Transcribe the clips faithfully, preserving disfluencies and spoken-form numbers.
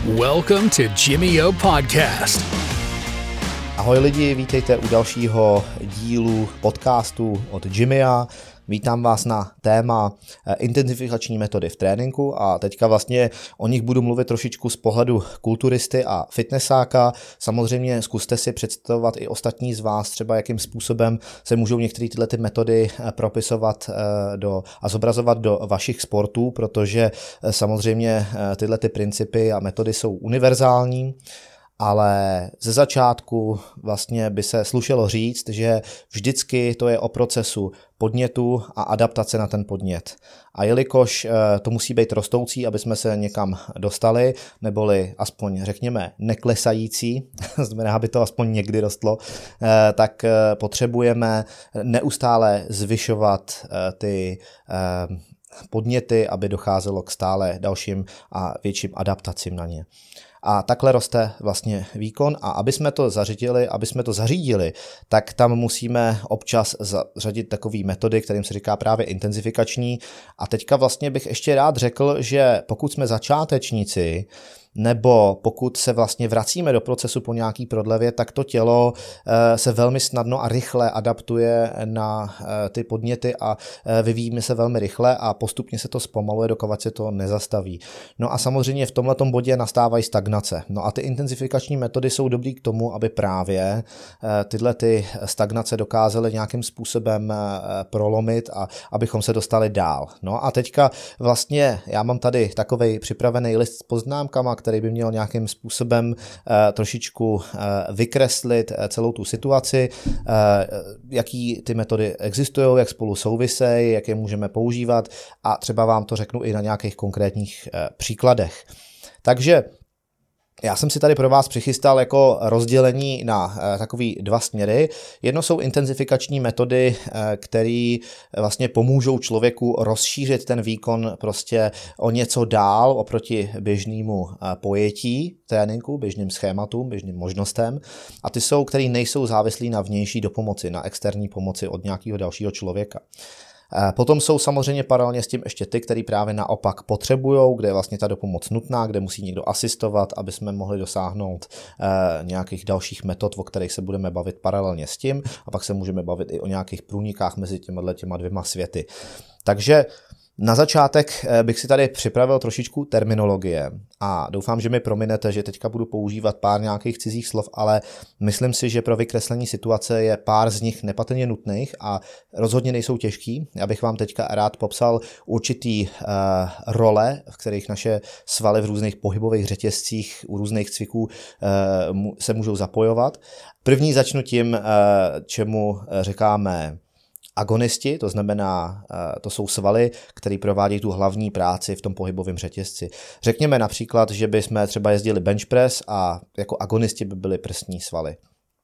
Welcome to Jimmy O Podcast. Ahoj lidi, vítejte u dalšího dílu podcastu od Jimmya. Vítám vás na téma intenzifikační metody v tréninku a teďka vlastně o nich budu mluvit trošičku z pohledu kulturisty a fitnessáka. Samozřejmě zkuste si představovat i ostatní z vás, třeba jakým způsobem se můžou některé tyhle ty metody propisovat do, a zobrazovat do vašich sportů, protože samozřejmě tyhle ty principy a metody jsou univerzální. Ale ze začátku vlastně by se slušelo říct, že vždycky to je o procesu podnětu a adaptace na ten podnět. A jelikož to musí být rostoucí, aby jsme se někam dostali, neboli aspoň řekněme neklesající, znamená, aby to aspoň někdy rostlo, tak potřebujeme neustále zvyšovat ty podněty, aby docházelo k stále dalším a větším adaptacím na ně. A takhle roste vlastně výkon a aby jsme to zařídili, aby jsme to zařídili, tak tam musíme občas zařadit takové metody, kterým se říká právě intenzifikační. A teďka vlastně bych ještě rád řekl, že pokud jsme začátečníci, nebo pokud se vlastně vracíme do procesu po nějaký prodlevě, tak to tělo se velmi snadno a rychle adaptuje na ty podněty a vyvíjíme se velmi rychle a postupně se to zpomaluje, dokud se to nezastaví. No a samozřejmě v tomhletom bodě nastávají stagnace. No a ty intenzifikační metody jsou dobrý k tomu, aby právě tyhle ty stagnace dokázaly nějakým způsobem prolomit a abychom se dostali dál. No a teďka vlastně já mám tady takovej připravený list s poznámkama, který by měl nějakým způsobem uh, trošičku uh, vykreslit uh, celou tu situaci, uh, jaký ty metody existují, jak spolu souvisejí, jak je můžeme používat a třeba vám to řeknu i na nějakých konkrétních uh, příkladech. Takže já jsem si tady pro vás přichystal jako rozdělení na uh, takový dva směry. Jedno jsou intenzifikační metody, uh, které vlastně pomůžou člověku rozšířit ten výkon prostě o něco dál oproti běžnému uh, pojetí tréninku, běžným schématům, běžným možnostem. A ty jsou, které nejsou závislí na vnější dopomoci, na externí pomoci od nějakého dalšího člověka. Potom jsou samozřejmě paralelně s tím ještě ty, který právě naopak potřebujou, kde je vlastně ta dopomoc nutná, kde musí někdo asistovat, aby jsme mohli dosáhnout eh, nějakých dalších metod, o kterých se budeme bavit paralelně s tím a pak se můžeme bavit i o nějakých průnikách mezi těma těma dvěma světy. Takže na začátek bych si tady připravil trošičku terminologie a doufám, že mi prominete, že teďka budu používat pár nějakých cizích slov, ale myslím si, že pro vykreslení situace je pár z nich nepatrně nutných a rozhodně nejsou těžký. Já bych vám teďka rád popsal určitý uh, role, v kterých naše svaly v různých pohybových řetězcích u různých cviků uh, se můžou zapojovat. První začnu tím, uh, čemu říkáme agonisti, to znamená, to jsou svaly, které provádějí tu hlavní práci v tom pohybovém řetězci. Řekněme například, že bychom třeba jezdili bench press a jako agonisti by byly prsní svaly.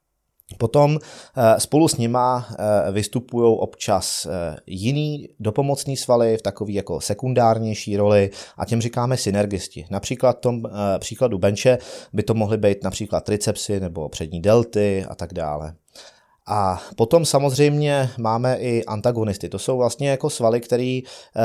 Potom spolu s nima vystupují občas jiný dopomocný svaly v takové jako sekundárnější roli a těm říkáme synergisti. Například v tom příkladu benche by to mohly být například tricepsy nebo přední delty a tak dále. A potom samozřejmě máme i antagonisty. To jsou vlastně jako svaly, které e,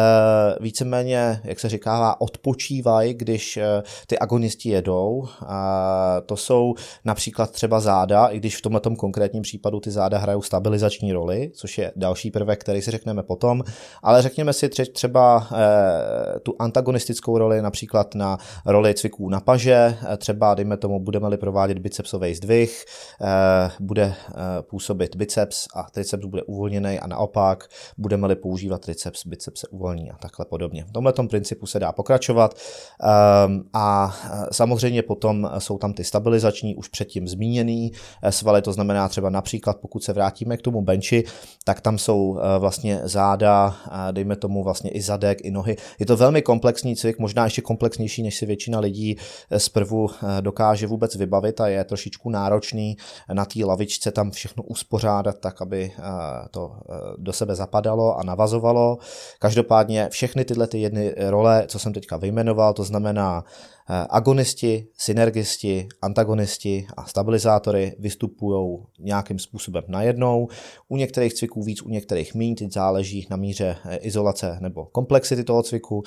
víceméně, jak se říká, odpočívají, když e, ty agonisti jedou. A to jsou například třeba záda, i když v tomto konkrétním případu ty záda hrajou stabilizační roli, což je další prvek, který si řekneme potom. Ale řekněme si tře- třeba e, tu antagonistickou roli, například na roli cviků na paže. E, třeba, dejme tomu, budeme-li provádět bicepsový zdvih, e, bude e, působit biceps a triceps bude uvolněný a naopak budeme-li používat triceps, biceps se uvolní a takhle podobně. V tomhletom principu se dá pokračovat um, a samozřejmě potom jsou tam ty stabilizační, už předtím zmíněný svaly, to znamená třeba například pokud se vrátíme k tomu benchi, tak tam jsou vlastně záda, dejme tomu vlastně i zadek, i nohy. Je to velmi komplexní cvik, možná ještě komplexnější, než si většina lidí zprvu dokáže vůbec vybavit a je trošičku náročný na té lavičce tam všechno uspořádat tak, aby to do sebe zapadalo a navazovalo. Každopádně všechny tyhle ty jedny role, co jsem teďka vyjmenoval, to znamená agonisti, synergisti, antagonisti a stabilizátory vystupují nějakým způsobem najednou. U některých cviků víc, u některých míň, teď záleží na míře izolace nebo komplexity toho cviku.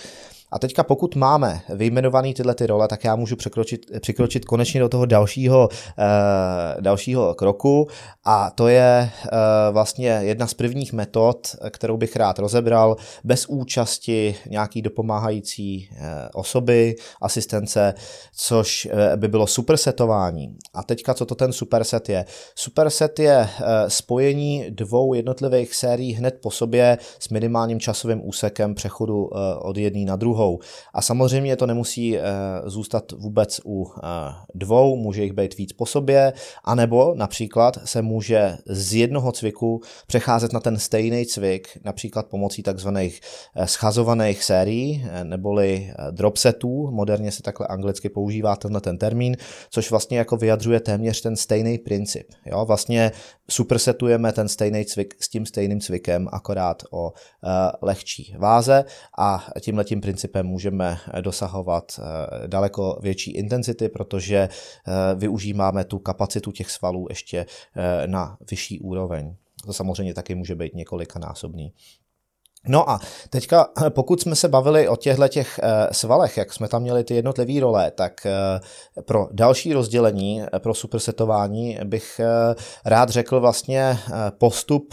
A teďka pokud máme vyjmenované tyhle ty role, tak já můžu překročit, překročit konečně do toho dalšího, eh, dalšího kroku a to je eh, vlastně jedna z prvních metod, kterou bych rád rozebral bez účasti nějaký dopomáhající eh, osoby, asistence, což eh, by bylo supersetování. A teďka co to ten superset je? Superset je eh, spojení dvou jednotlivých sérií hned po sobě s minimálním časovým úsekem přechodu eh, od jedné na druhou. A samozřejmě to nemusí eh, zůstat vůbec u eh, dvou, může jich být víc po sobě, anebo například se může z jednoho cviku přecházet na ten stejný cvik, například pomocí takzvaných eh, schazovaných sérií, eh, neboli eh, dropsetů, moderně se takhle anglicky používá tenhle ten termín, což vlastně jako vyjadřuje téměř ten stejný princip. Jo? Vlastně supersetujeme ten stejný cvik s tím stejným cvikem, akorát o eh, lehčí váze a tímhletím principem můžeme dosahovat daleko větší intenzity, protože využíváme tu kapacitu těch svalů ještě na vyšší úroveň. To samozřejmě taky může být několikanásobný. No a teďka, pokud jsme se bavili o těchto těch svalech, jak jsme tam měli ty jednotlivé role, tak pro další rozdělení, pro supersetování bych rád řekl vlastně postup,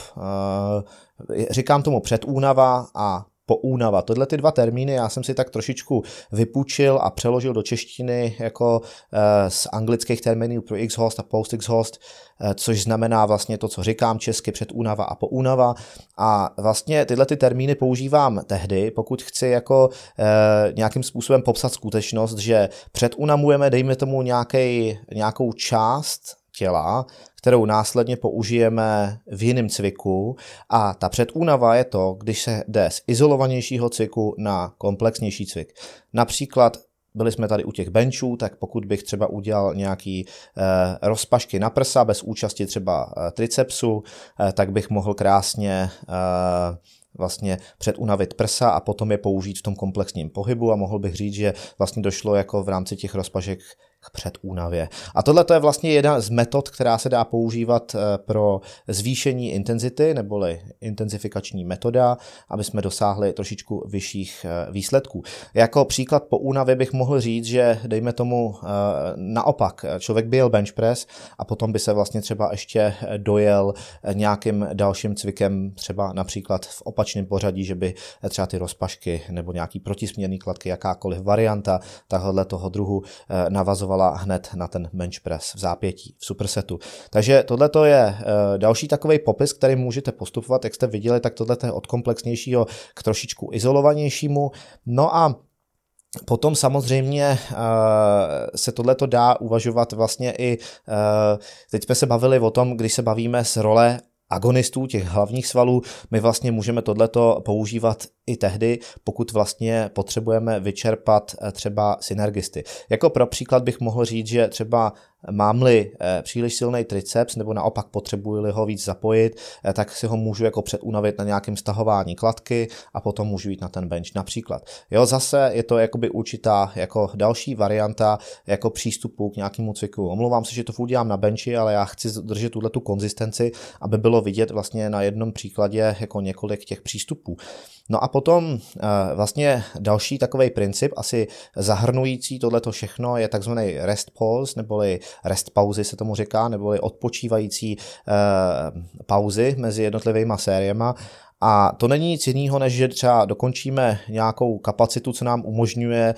říkám tomu předúnava a poúnava. Tohle ty dva termíny já jsem si tak trošičku vypůjčil a přeložil do češtiny jako e, z anglických termínů pro exhaust a post-exhaust, e, což znamená vlastně to, co říkám česky, předúnava a poúnava. A vlastně tyhle ty termíny používám tehdy, pokud chci jako e, nějakým způsobem popsat skutečnost, že předunamujeme, dejme tomu nějakej, nějakou část těla, kterou následně použijeme v jiném cviku a ta předúnava je to, když se jde z izolovanějšího cviku na komplexnější cvik. Například byli jsme tady u těch benchů, tak pokud bych třeba udělal nějaký eh, rozpašky na prsa bez účasti třeba eh, tricepsu, eh, tak bych mohl krásně eh, vlastně předunavit prsa a potom je použít v tom komplexním pohybu a mohl bych říct, že vlastně došlo jako v rámci těch rozpašek k předúnavě. A tohle je vlastně jedna z metod, která se dá používat pro zvýšení intenzity, neboli intenzifikační metoda, aby jsme dosáhli trošičku vyšších výsledků. Jako příklad po únavě bych mohl říct, že dejme tomu naopak, člověk by jel bench press a potom by se vlastně třeba ještě dojel nějakým dalším cvikem, třeba například v opačném pořadí, že by třeba ty rozpašky nebo nějaký protisměrný kladky, jakákoliv varianta tahle toho druhu navazovala hned na ten bench press v zápětí, v supersetu. Takže tohle je další takový popis, který můžete postupovat, jak jste viděli, tak tohle je od komplexnějšího k trošičku izolovanějšímu. No a potom samozřejmě se tohleto dá uvažovat vlastně i, teď jsme se bavili o tom, když se bavíme z role agonistů, těch hlavních svalů, my vlastně můžeme tohleto používat i tehdy, pokud vlastně potřebujeme vyčerpat třeba synergisty. Jako pro příklad bych mohl říct, že třeba mám-li příliš silný triceps nebo naopak potřebuji-li ho víc zapojit, tak si ho můžu jako předunavit na nějakém stahování kladky a potom můžu jít na ten bench například. Jo, zase je to jakoby určitá jako další varianta jako přístupu k nějakému cviku. Omlouvám se, že to udělám na benchi, ale já chci držet tuhletu konzistenci, aby bylo vidět vlastně na jednom příkladě jako několik těch přístupů. No a potom vlastně další takovej princip, asi zahrnující tohleto všechno, je takzvaný rest pause, neboli rest pauzy se tomu říká, neboli odpočívající pauzy mezi jednotlivýma sériema. A to není nic jiného, než že třeba dokončíme nějakou kapacitu, co nám umožňuje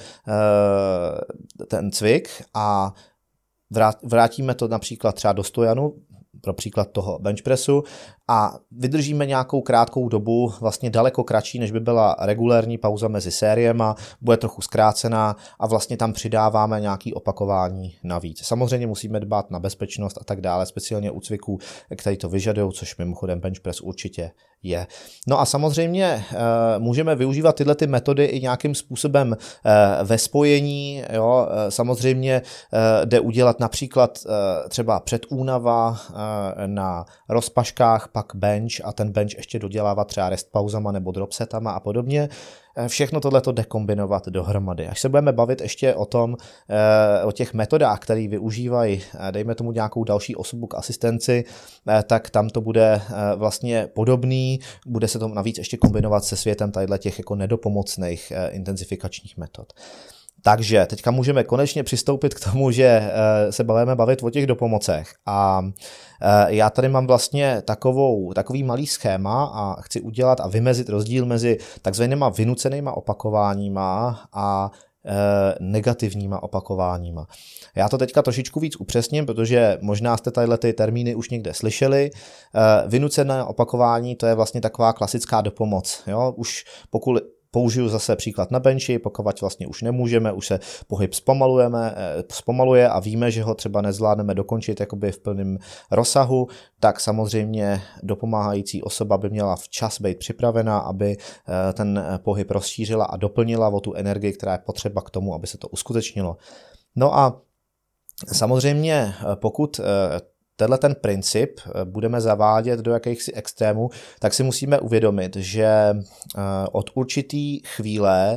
ten cvik a vrátíme to například třeba do stojanu, pro příklad toho bench pressu, a vydržíme nějakou krátkou dobu, vlastně daleko kratší, než by byla regulérní pauza mezi sériema, bude trochu zkrácená a vlastně tam přidáváme nějaké opakování navíc. Samozřejmě musíme dbát na bezpečnost a tak dále, speciálně u cviků, který to vyžadují, což mimochodem bench press určitě je. No a samozřejmě e, můžeme využívat tyhle ty metody i nějakým způsobem e, ve spojení. Jo? E, samozřejmě e, jde udělat například e, třeba předúnava e, na rozpaškách pak bench a ten bench ještě dodělávat třeba rest pauzama nebo dropsetama a podobně. Všechno tohleto dekombinovat dohromady. Až se budeme bavit ještě o tom, o těch metodách, které využívají, dejme tomu nějakou další osobu k asistenci, tak tam to bude vlastně podobný, bude se to navíc ještě kombinovat se světem tadyhle těch jako nedopomocných intenzifikačních metod. Takže teďka můžeme konečně přistoupit k tomu, že se budeme bavit o těch dopomocech. A já tady mám vlastně takovou, takový malý schéma a chci udělat a vymezit rozdíl mezi takzvanýma vynucenýma opakováníma a negativníma opakováníma. Já to teďka trošičku víc upřesním, protože možná jste tadyhle ty termíny už někde slyšeli. Vynucené opakování, to je vlastně taková klasická dopomoc. Jo? Už pokud použiju zase příklad na benchi, pokud vlastně už nemůžeme, už se pohyb zpomalujeme, zpomaluje a víme, že ho třeba nezvládneme dokončit jakoby v plném rozsahu, tak samozřejmě dopomáhající osoba by měla včas být připravena, aby ten pohyb rozšířila a doplnila o tu energii, která je potřeba k tomu, aby se to uskutečnilo. No a samozřejmě, pokud tenhle ten princip budeme zavádět do jakýchsi extrémů, tak si musíme uvědomit, že od určitý chvíle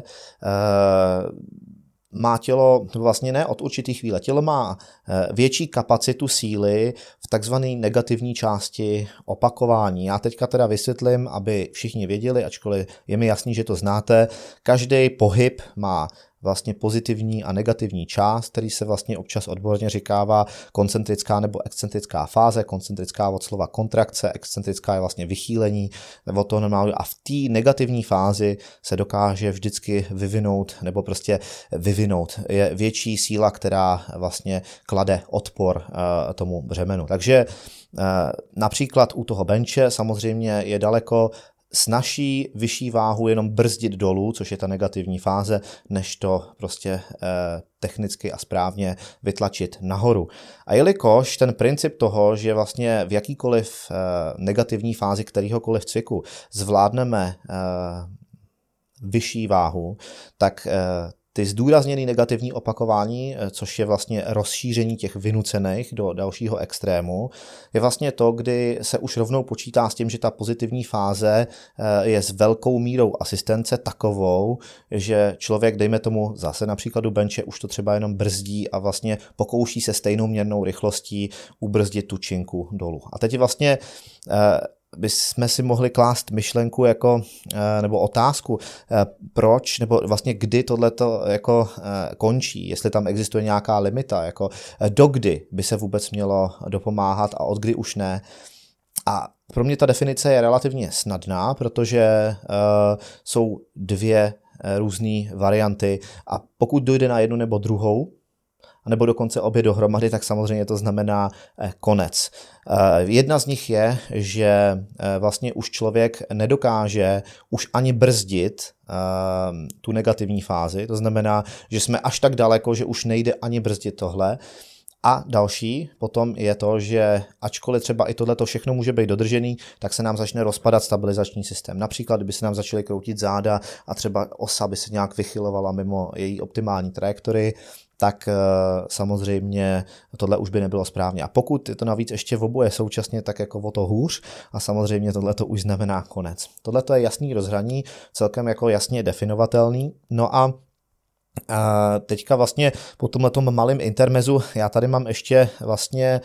má tělo, vlastně ne od určitý chvíle, tělo má větší kapacitu síly v takzvané negativní části opakování. Já teďka teda vysvětlím, aby všichni věděli, ačkoliv je mi jasný, že to znáte, každý pohyb má vlastně pozitivní a negativní část, který se vlastně občas odborně říkává koncentrická nebo excentrická fáze, koncentrická od slova kontrakce, excentrická je vlastně vychýlení nebo to normálně a v té negativní fázi se dokáže vždycky vyvinout nebo prostě vyvinout. Je větší síla, která vlastně klade odpor uh, tomu břemenu. Takže uh, například u toho benče samozřejmě je daleko snaží vyšší váhu jenom brzdit dolů, což je ta negativní fáze, než to prostě eh, technicky a správně vytlačit nahoru. A jelikož ten princip toho, že vlastně v jakýkoliv eh, negativní fázi kterýhokoliv cviku zvládneme eh, vyšší váhu, tak eh, ty zdůrazněné negativní opakování, což je vlastně rozšíření těch vynucených do dalšího extrému, je vlastně to, kdy se už rovnou počítá s tím, že ta pozitivní fáze je s velkou mírou asistence takovou, že člověk, dejme tomu zase na příkladu benče, už to třeba jenom brzdí a vlastně pokouší se stejnou měrnou rychlostí ubrzdit tu činku dolů. A teď vlastně bychom si mohli klást myšlenku jako, nebo otázku, proč, nebo vlastně kdy tohleto jako končí, jestli tam existuje nějaká limita, jako dokdy by se vůbec mělo dopomáhat a od kdy už ne. A pro mě ta definice je relativně snadná, protože uh, jsou dvě různé varianty a pokud dojde na jednu nebo druhou, nebo dokonce obě dohromady, tak samozřejmě to znamená konec. Jedna z nich je, že vlastně už člověk nedokáže už ani brzdit tu negativní fázi, to znamená, že jsme až tak daleko, že už nejde ani brzdit tohle. A další potom je to, že ačkoliv třeba i tohleto všechno může být dodržený, tak se nám začne rozpadat stabilizační systém. Například, kdyby se nám začaly kroutit záda a třeba osa by se nějak vychylovala mimo její optimální trajektorii, tak samozřejmě tohle už by nebylo správně. A pokud je to navíc ještě v oboje současně, tak jako o to hůř a samozřejmě tohle to už znamená konec. Tohle to je jasný rozhraní, celkem jako jasně definovatelný. No a Uh, teďka vlastně po tomhletom malém intermezu já tady mám ještě vlastně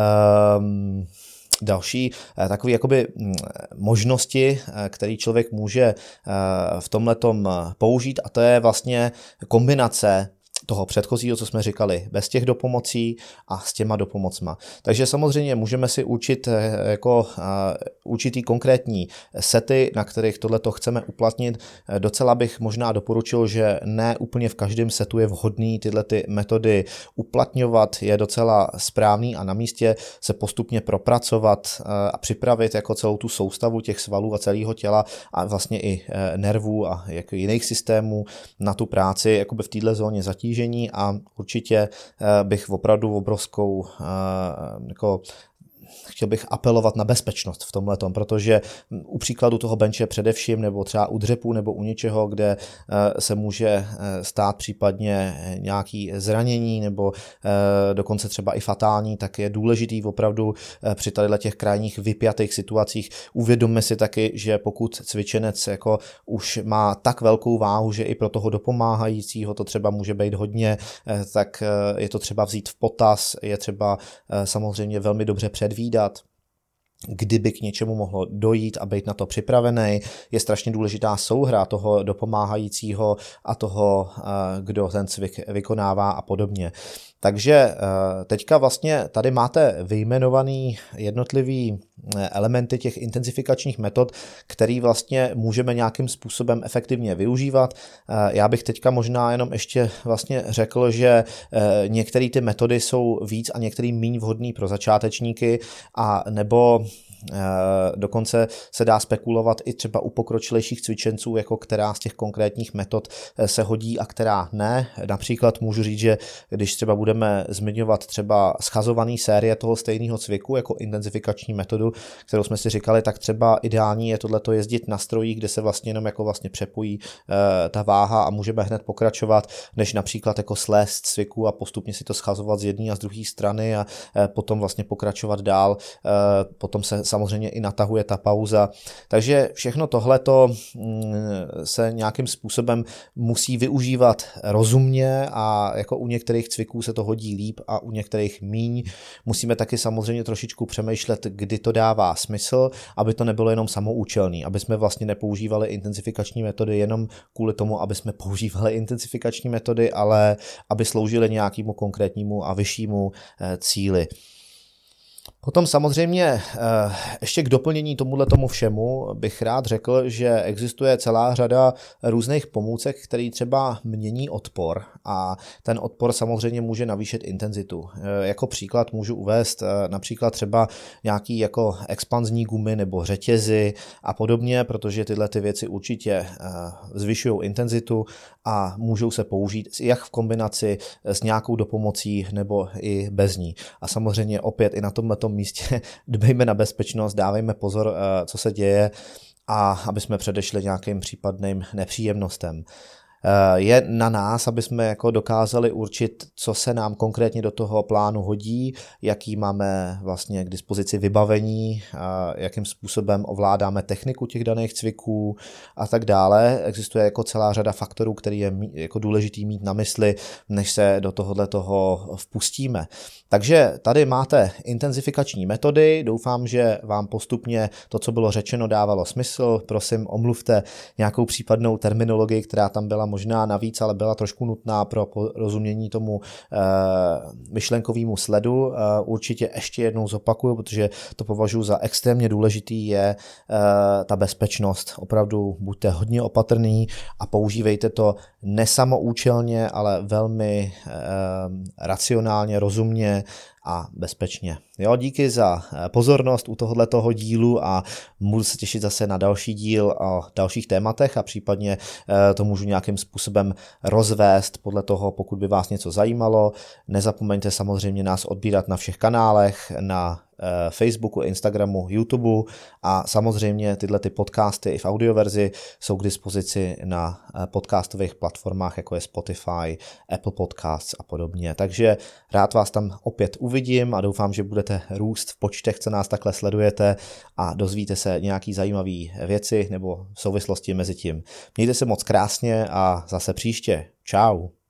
um, další uh, takové jakoby um, možnosti, uh, které člověk může uh, v tomhletom použít a to je vlastně kombinace toho předchozího, co jsme říkali, bez těch dopomocí a s těma dopomocma. Takže samozřejmě můžeme si učit jako určitý konkrétní sety, na kterých tohleto chceme uplatnit. Docela bych možná doporučil, že ne úplně v každém setu je vhodný tyhle ty metody uplatňovat, je docela správný a na místě se postupně propracovat a připravit jako celou tu soustavu těch svalů a celého těla a vlastně i nervů a jako jiných systémů na tu práci jakoby v této zóně zatížení a určitě bych opravdu obrovskou jako chtěl bych apelovat na bezpečnost v tomhletom, protože u příkladu toho benče především, nebo třeba u dřepu, nebo u něčeho, kde se může stát případně nějaký zranění, nebo dokonce třeba i fatální, tak je důležitý opravdu při tady těch krajních vypjatých situacích uvědomme si taky, že pokud cvičenec jako už má tak velkou váhu, že i pro toho dopomáhajícího to třeba může být hodně, tak je to třeba vzít v potaz, je třeba samozřejmě velmi dobře předvídat, kdyby k něčemu mohlo dojít a být na to připravený. Je strašně důležitá souhra toho dopomáhajícího a toho, kdo ten cvik vykonává a podobně. Takže teďka vlastně tady máte vyjmenovaný jednotlivý elementy těch intenzifikačních metod, který vlastně můžeme nějakým způsobem efektivně využívat. Já bych teďka možná jenom ještě vlastně řekl, že některé ty metody jsou víc a některé méně vhodné pro začátečníky a nebo dokonce se dá spekulovat i třeba u pokročilejších cvičenců, jako která z těch konkrétních metod se hodí a která ne. Například můžu říct, že když třeba budeme zmiňovat třeba schazovaný série toho stejného cviku jako intenzifikační metodu, kterou jsme si říkali, tak třeba ideální je tohleto jezdit na strojích, kde se vlastně jenom jako vlastně přepojí e, ta váha a můžeme hned pokračovat, než například jako slézt cviku a postupně si to schazovat z jedné a z druhé strany a e, potom vlastně pokračovat dál. E, potom se samozřejmě i natahuje ta pauza. Takže všechno tohleto se nějakým způsobem musí využívat rozumně a jako u některých cviků se to hodí líp a u některých míň. Musíme taky samozřejmě trošičku přemýšlet, kdy to dává smysl, aby to nebylo jenom samoučelný, aby jsme vlastně nepoužívali intenzifikační metody jenom kvůli tomu, aby jsme používali intenzifikační metody, ale aby sloužily nějakému konkrétnímu a vyššímu cíli. Potom samozřejmě ještě k doplnění tomuhle tomu všemu bych rád řekl, že existuje celá řada různých pomůcek, které třeba mění odpor a ten odpor samozřejmě může navýšit intenzitu. Jako příklad můžu uvést například třeba nějaký jako expanzní gumy nebo řetězy a podobně, protože tyhle ty věci určitě zvyšují intenzitu a můžou se použít jak v kombinaci s nějakou dopomocí nebo i bez ní. A samozřejmě opět i na tomhletom místě dbejme na bezpečnost, dávejme pozor, co se děje a aby jsme předešli nějakým případným nepříjemnostem. Je na nás, aby jsme jako dokázali určit, co se nám konkrétně do toho plánu hodí, jaký máme vlastně k dispozici vybavení, jakým způsobem ovládáme techniku těch daných cviků a tak dále. Existuje jako celá řada faktorů, který je jako důležitý mít na mysli, než se do tohohle toho vpustíme. Takže tady máte intenzifikační metody, doufám, že vám postupně to, co bylo řečeno, dávalo smysl. Prosím, omluvte nějakou případnou terminologii, která tam byla možná navíc, ale byla trošku nutná pro porozumění tomu e, myšlenkovému sledu. E, určitě ještě jednou zopakuju, protože to považuji za extrémně důležitý, je e, ta bezpečnost. Opravdu buďte hodně opatrný a používejte to nesamoučelně, ale velmi e, racionálně, rozumně a bezpečně. Jo, díky za pozornost u tohoto dílu a můžu se těšit zase na další díl o dalších tématech a případně to můžu nějakým způsobem rozvést podle toho, pokud by vás něco zajímalo. Nezapomeňte samozřejmě nás odbírat na všech kanálech, na Facebooku, Instagramu, YouTube a samozřejmě tyhle ty podcasty i v audioverzi jsou k dispozici na podcastových platformách, jako je Spotify, Apple Podcasts a podobně. Takže rád vás tam opět uvidím a doufám, že budete růst v počtech, co nás takhle sledujete a dozvíte se nějaký zajímavý věci nebo souvislosti mezi tím. Mějte se moc krásně a zase příště. Čau.